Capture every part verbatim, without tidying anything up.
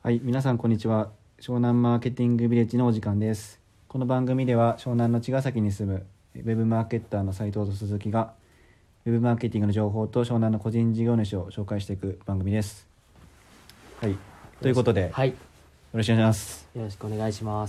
はい、皆さんこんにちは。湘南マーケティングビレッジのお時間です。この番組では湘南の茅ヶ崎に住むウェブマーケッターの斉藤と鈴木がウェブマーケティングの情報と湘南の個人事業主を紹介していく番組です。はい、ということで、 はい、 よろしくお願いします。 よろしくお願いします。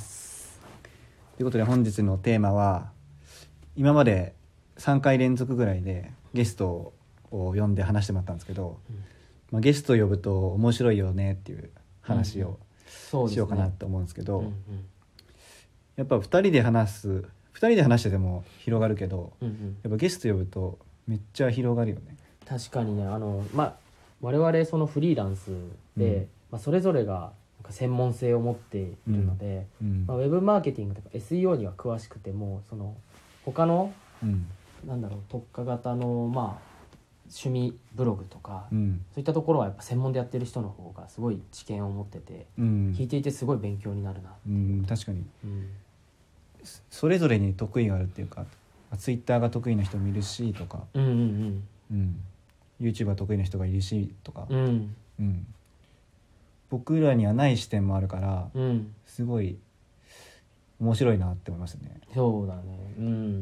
ということで本日のテーマは、今までさんかい連続ぐらいでゲストを呼んで話してもらったんですけど、うんまあ、ゲストを呼ぶと面白いよねっていう話をしようかなと思うんですけど、うんうんやっぱふたりで話すふたりで話してても広がるけど、うんうん、やっぱゲスト呼ぶとめっちゃ広がるよね。 確かにね、あの、まあ、我々そのフリーランスで、うんまあ、それぞれがなんか専門性を持っているので、うんうんまあ、ウェブマーケティングとか エスイーオー には詳しくてもその他の、うん、なんだろう特化型のまあ趣味ブログとか、うん、そういったところはやっぱ専門でやってる人の方がすごい知見を持ってて、うん、聞いていてすごい勉強になるな、 うん、確かに、うん、それぞれに得意があるっていうか、ツイッターが得意な人もいるしとか、うんうんうんうん、YouTube が得意な人がいるしとか、うんうん、僕らにはない視点もあるから、うん、すごい面白いなって思いましたね。 そうだね、うん、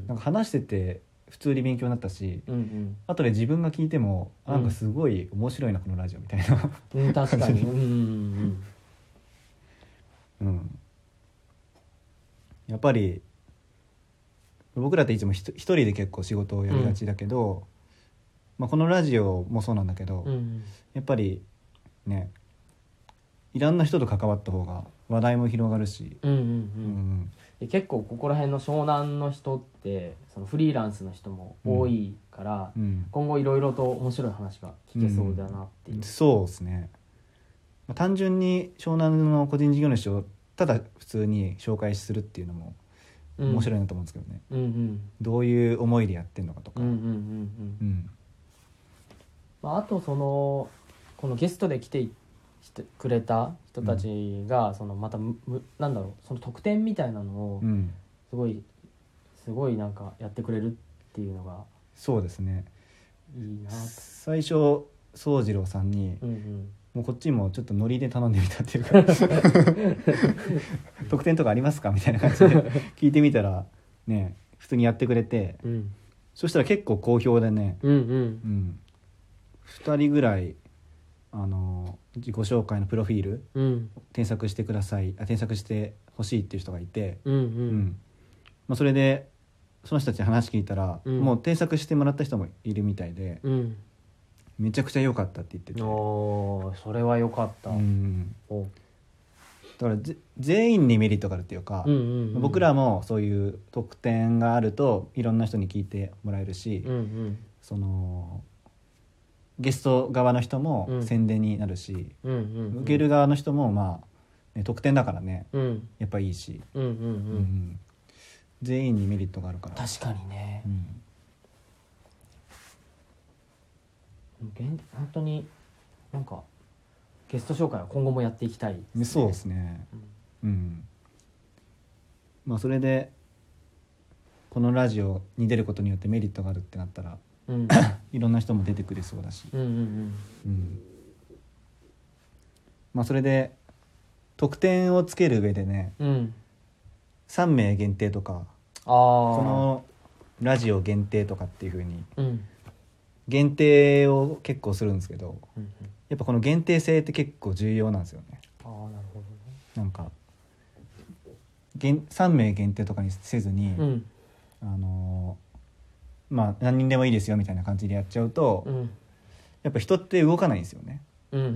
なんか話してて普通に勉強になったし、うんうん、後で自分が聞いてもなんかすごい面白いな、うん、このラジオみたいな、 うん、確かに、うんうんうん、やっぱり僕らっていつも一人で結構仕事をやりがちだけど、うんまあ、このラジオもそうなんだけど、うんうん、やっぱりねいろんな人と関わった方が話題も広がるし、うんうんうんうん結構ここら辺の湘南の人ってそのフリーランスの人も多いから、うんうん、今後いろいろと面白い話が聞けそうだなっていう、うん、 そうですね、まあ、単純に湘南の個人事業主をただ普通に紹介するっていうのも面白いなと思うんですけどね、うんうん、どういう思いでやってるのかとか、うんうんうんうんまあ、あとそのこのゲストで来てしてくれた人たちが、うん、そのまたむなんだろうその特典みたいなのをすごい、うん、すごいなんかやってくれるっていうのがそうですねいいな。 最初宗次郎さんに、うんうん、もうこっちもちょっとノリで頼んでみたっていうか特典とかありますかみたいな感じで聞いてみたらね普通にやってくれて、うん、そしたら結構好評でね、うんうんうん、ふたりぐらいあの自己紹介のプロフィール、うん、添削してくださいあ添削してほしいっていう人がいて、うんうんうんまあ、それでその人たちに話聞いたら、うん、もう添削してもらった人もいるみたいで、うん、めちゃくちゃ良かったって言ってて、 おそれは良かった、うん、 おだから全員にメリットがあるっていうか、うんうんうん、僕らもそういう特典があるといろんな人に聞いてもらえるし、うんうん、そのゲスト側の人も宣伝になるし、うんうんうんうん、受ける側の人もまあ、ね、特典だからね、うん、やっぱいいし、うんうんうんうん、全員にメリットがあるから確かにね、うん、本当になんかゲスト紹介は今後もやっていきたいですね。 そうですね、うんうん、まあそれでこのラジオに出ることによってメリットがあるってなったらうん、いろんな人も出てくれそうだし、うんうんうんうん、まあそれで得点をつける上でね、うん、さんめい限定とかあこのラジオ限定とかっていう風に限定を結構するんですけど、うんうん、やっぱこの限定性って結構重要なんですよね。 あなるほどね。 なんかさんめい限定とかにせずに、うん、あのーまあ、何人でもいいですよみたいな感じでやっちゃうと、うん、やっぱ人って動かないんですよね、うんうんうんうん、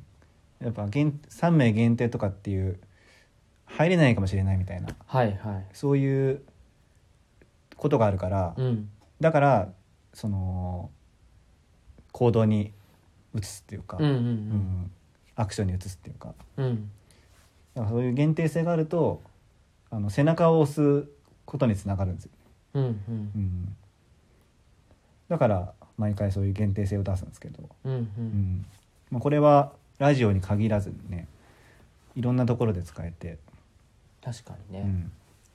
やっぱさんめい限定とかっていう入れないかもしれないみたいな、はいはい、そういうことがあるから、うん、だからその行動に移すっていうか、うんうんうんうん、アクションに移すっていうか、うん、だからそういう限定性があるとあの背中を押すことにつながるんですよ、うんうんうん、だから毎回そういう限定性を出すんですけど、うんうんうんまあ、これはラジオに限らずにねいろんなところで使えて確かにね、うん、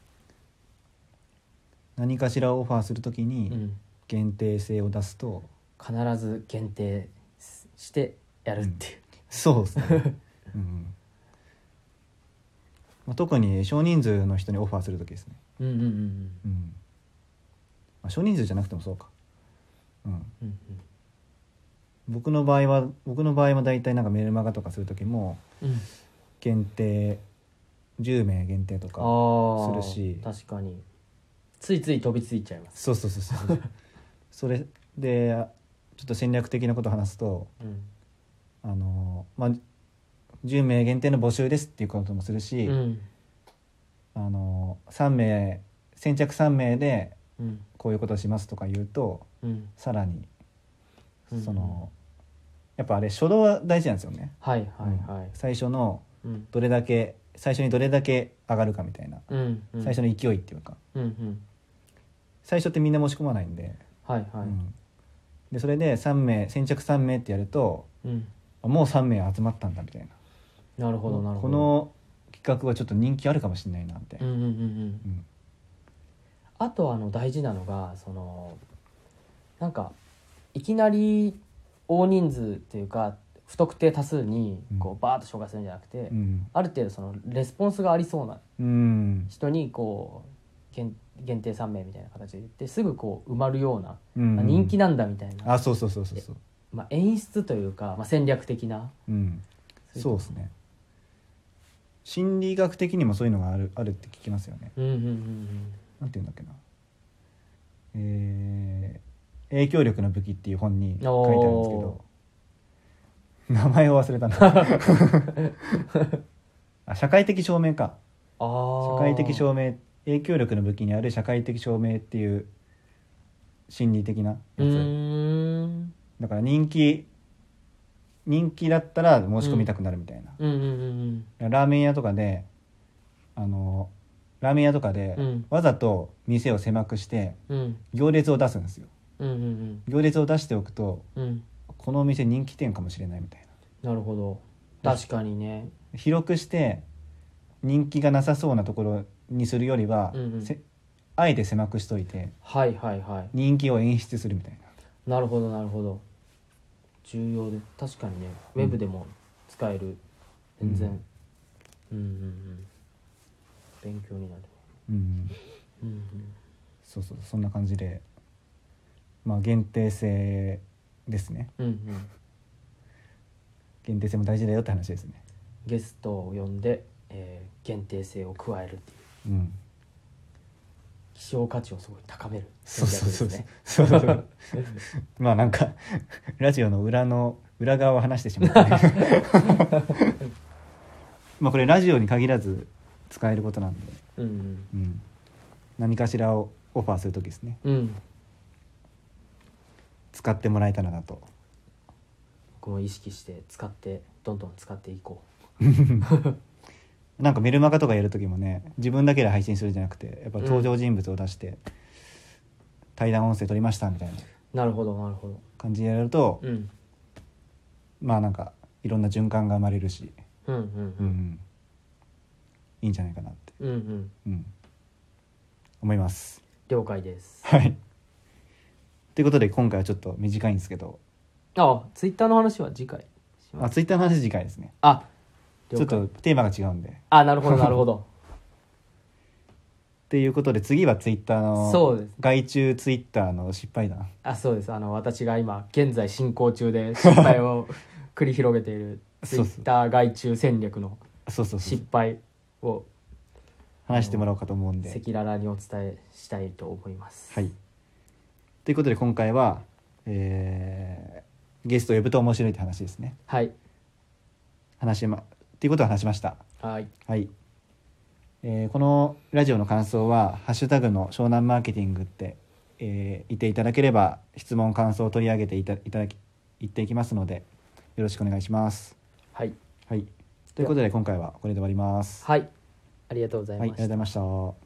何かしらオファーするときに限定性を出すと、 うん、必ず限定してやるっていう、 うん、そうですね、うんまあ、特に少人数の人にオファーする時ですね。 うんうんうんうん、 うんまあ、少人数じゃなくてもそうか、うんうんうん、僕の場合は僕の場合はだいたいなんかメルマガとかする時も限定じゅうめい限定とかするし、 確かについつい飛びついちゃいます。 そうそうそうそうそれでちょっと戦略的なことを話すと、うん、あのまあじゅうめい限定の募集ですっていうこともするし、うん、あのさんめい先着さんめいでこういうことをしますとか言うと、うん、さらにその、うん、やっぱあれ初動は大事なんですよね。 はいはいはい、 最初のどれだけ、うん、最初にどれだけ上がるかみたいな、うんうん、最初の勢いっていうか、うんうん、最初ってみんな申し込まないんで、はいはいうん、でそれでさんめい先着さんめいってやると、うん、もうさんめい集まったんだみたいな。 なるほどなるほど。 この企画はちょっと人気あるかもしれないなって、うんうんうんうん、 あとあの大事なのがそのなんかいきなり大人数っていうか不特定多数にこうバーッと紹介するんじゃなくて、うん、ある程度そのレスポンスがありそうな人にこう限限定さんめいみたいな形で言ってすぐこう埋まるような、うんまあ、人気なんだみたいな、 あそうそうそうそうそう、 まあ、演出というか、まあ、戦略的な、 うん、そうですね。心理学的にもそういうのがあるあるって聞きますよね。うんうんうんうん、なんていうんだっけな、えー、影響力の武器っていう本に書いてあるんですけど、名前を忘れたんだあ社会的証明か。あ社会的証明、影響力の武器にある社会的証明っていう心理的なやつ。うーんだから人気人気だったら申し込みたくなるみたいな、うんうんうんうん、ラーメン屋とかであのラーメン屋とかで、うん、わざと店を狭くして、うん、行列を出すんですよ、うんうんうん、行列を出しておくと、うん、このお店人気店かもしれないみたいな。なるほど、確かにね。 広くして人気がなさそうなところにするよりは、うんうん、あえて狭くしといて、はいはいはい、人気を演出するみたいな。なるほどなるほど、重要で確かにね、ウェブでも使える、うん、全然、うん、うんうんうん勉強になる、うんうんうん、そうそうそんな感じで、まあ限定性ですね、うんうん、限定性も大事だよって話ですね。 ゲストを呼んで、えー、限定性を加えるっていう、うん、希少価値をすごい高める戦略ですね。そうそうそうまあなんかラジオの裏の裏側を話してしまった、ね、まあこれラジオに限らず使えることなんで、うんうんうん、何かしらをオファーするときですね、うん、使ってもらえたらなと。 僕も意識して使ってどんどん使っていこうなんかメルマガとかやるときもね、自分だけで配信するんじゃなくてやっぱ登場人物を出して、うん、対談音声取りましたみたいななるほどなるほど感じでやると、うん、まあなんかいろんな循環が生まれるし、うんうんうんうん、いいんじゃないかなって、うんうんうん、思います。 了解です。 はいということで今回はちょっと短いんですけど、 あツイッターの話は次回します。あツイッターの話次回ですね。 あちょっとテーマが違うんで。 あなるほどなるほどっていうことで次はツイッターのそうです外注ツイッターの失敗談。 あそうです。あの私が今現在進行中で失敗を繰り広げているツイッター外注戦略の失敗を話してもらおうかと思うんで赤裸々にお伝えしたいと思います。 はいということで今回は、えー、ゲストを呼ぶと面白いって話ですね。はい話しまっていうことを話しました。はい、はいえー、このラジオの感想はハッシュタグの湘南マーケティングって、えー、言っていただければ質問感想を取り上げていたいただき言っていきますのでよろしくお願いします。はい、はい、ということで今回はこれで終わります。 はいありがとうございました。 はい、ありがとうございました。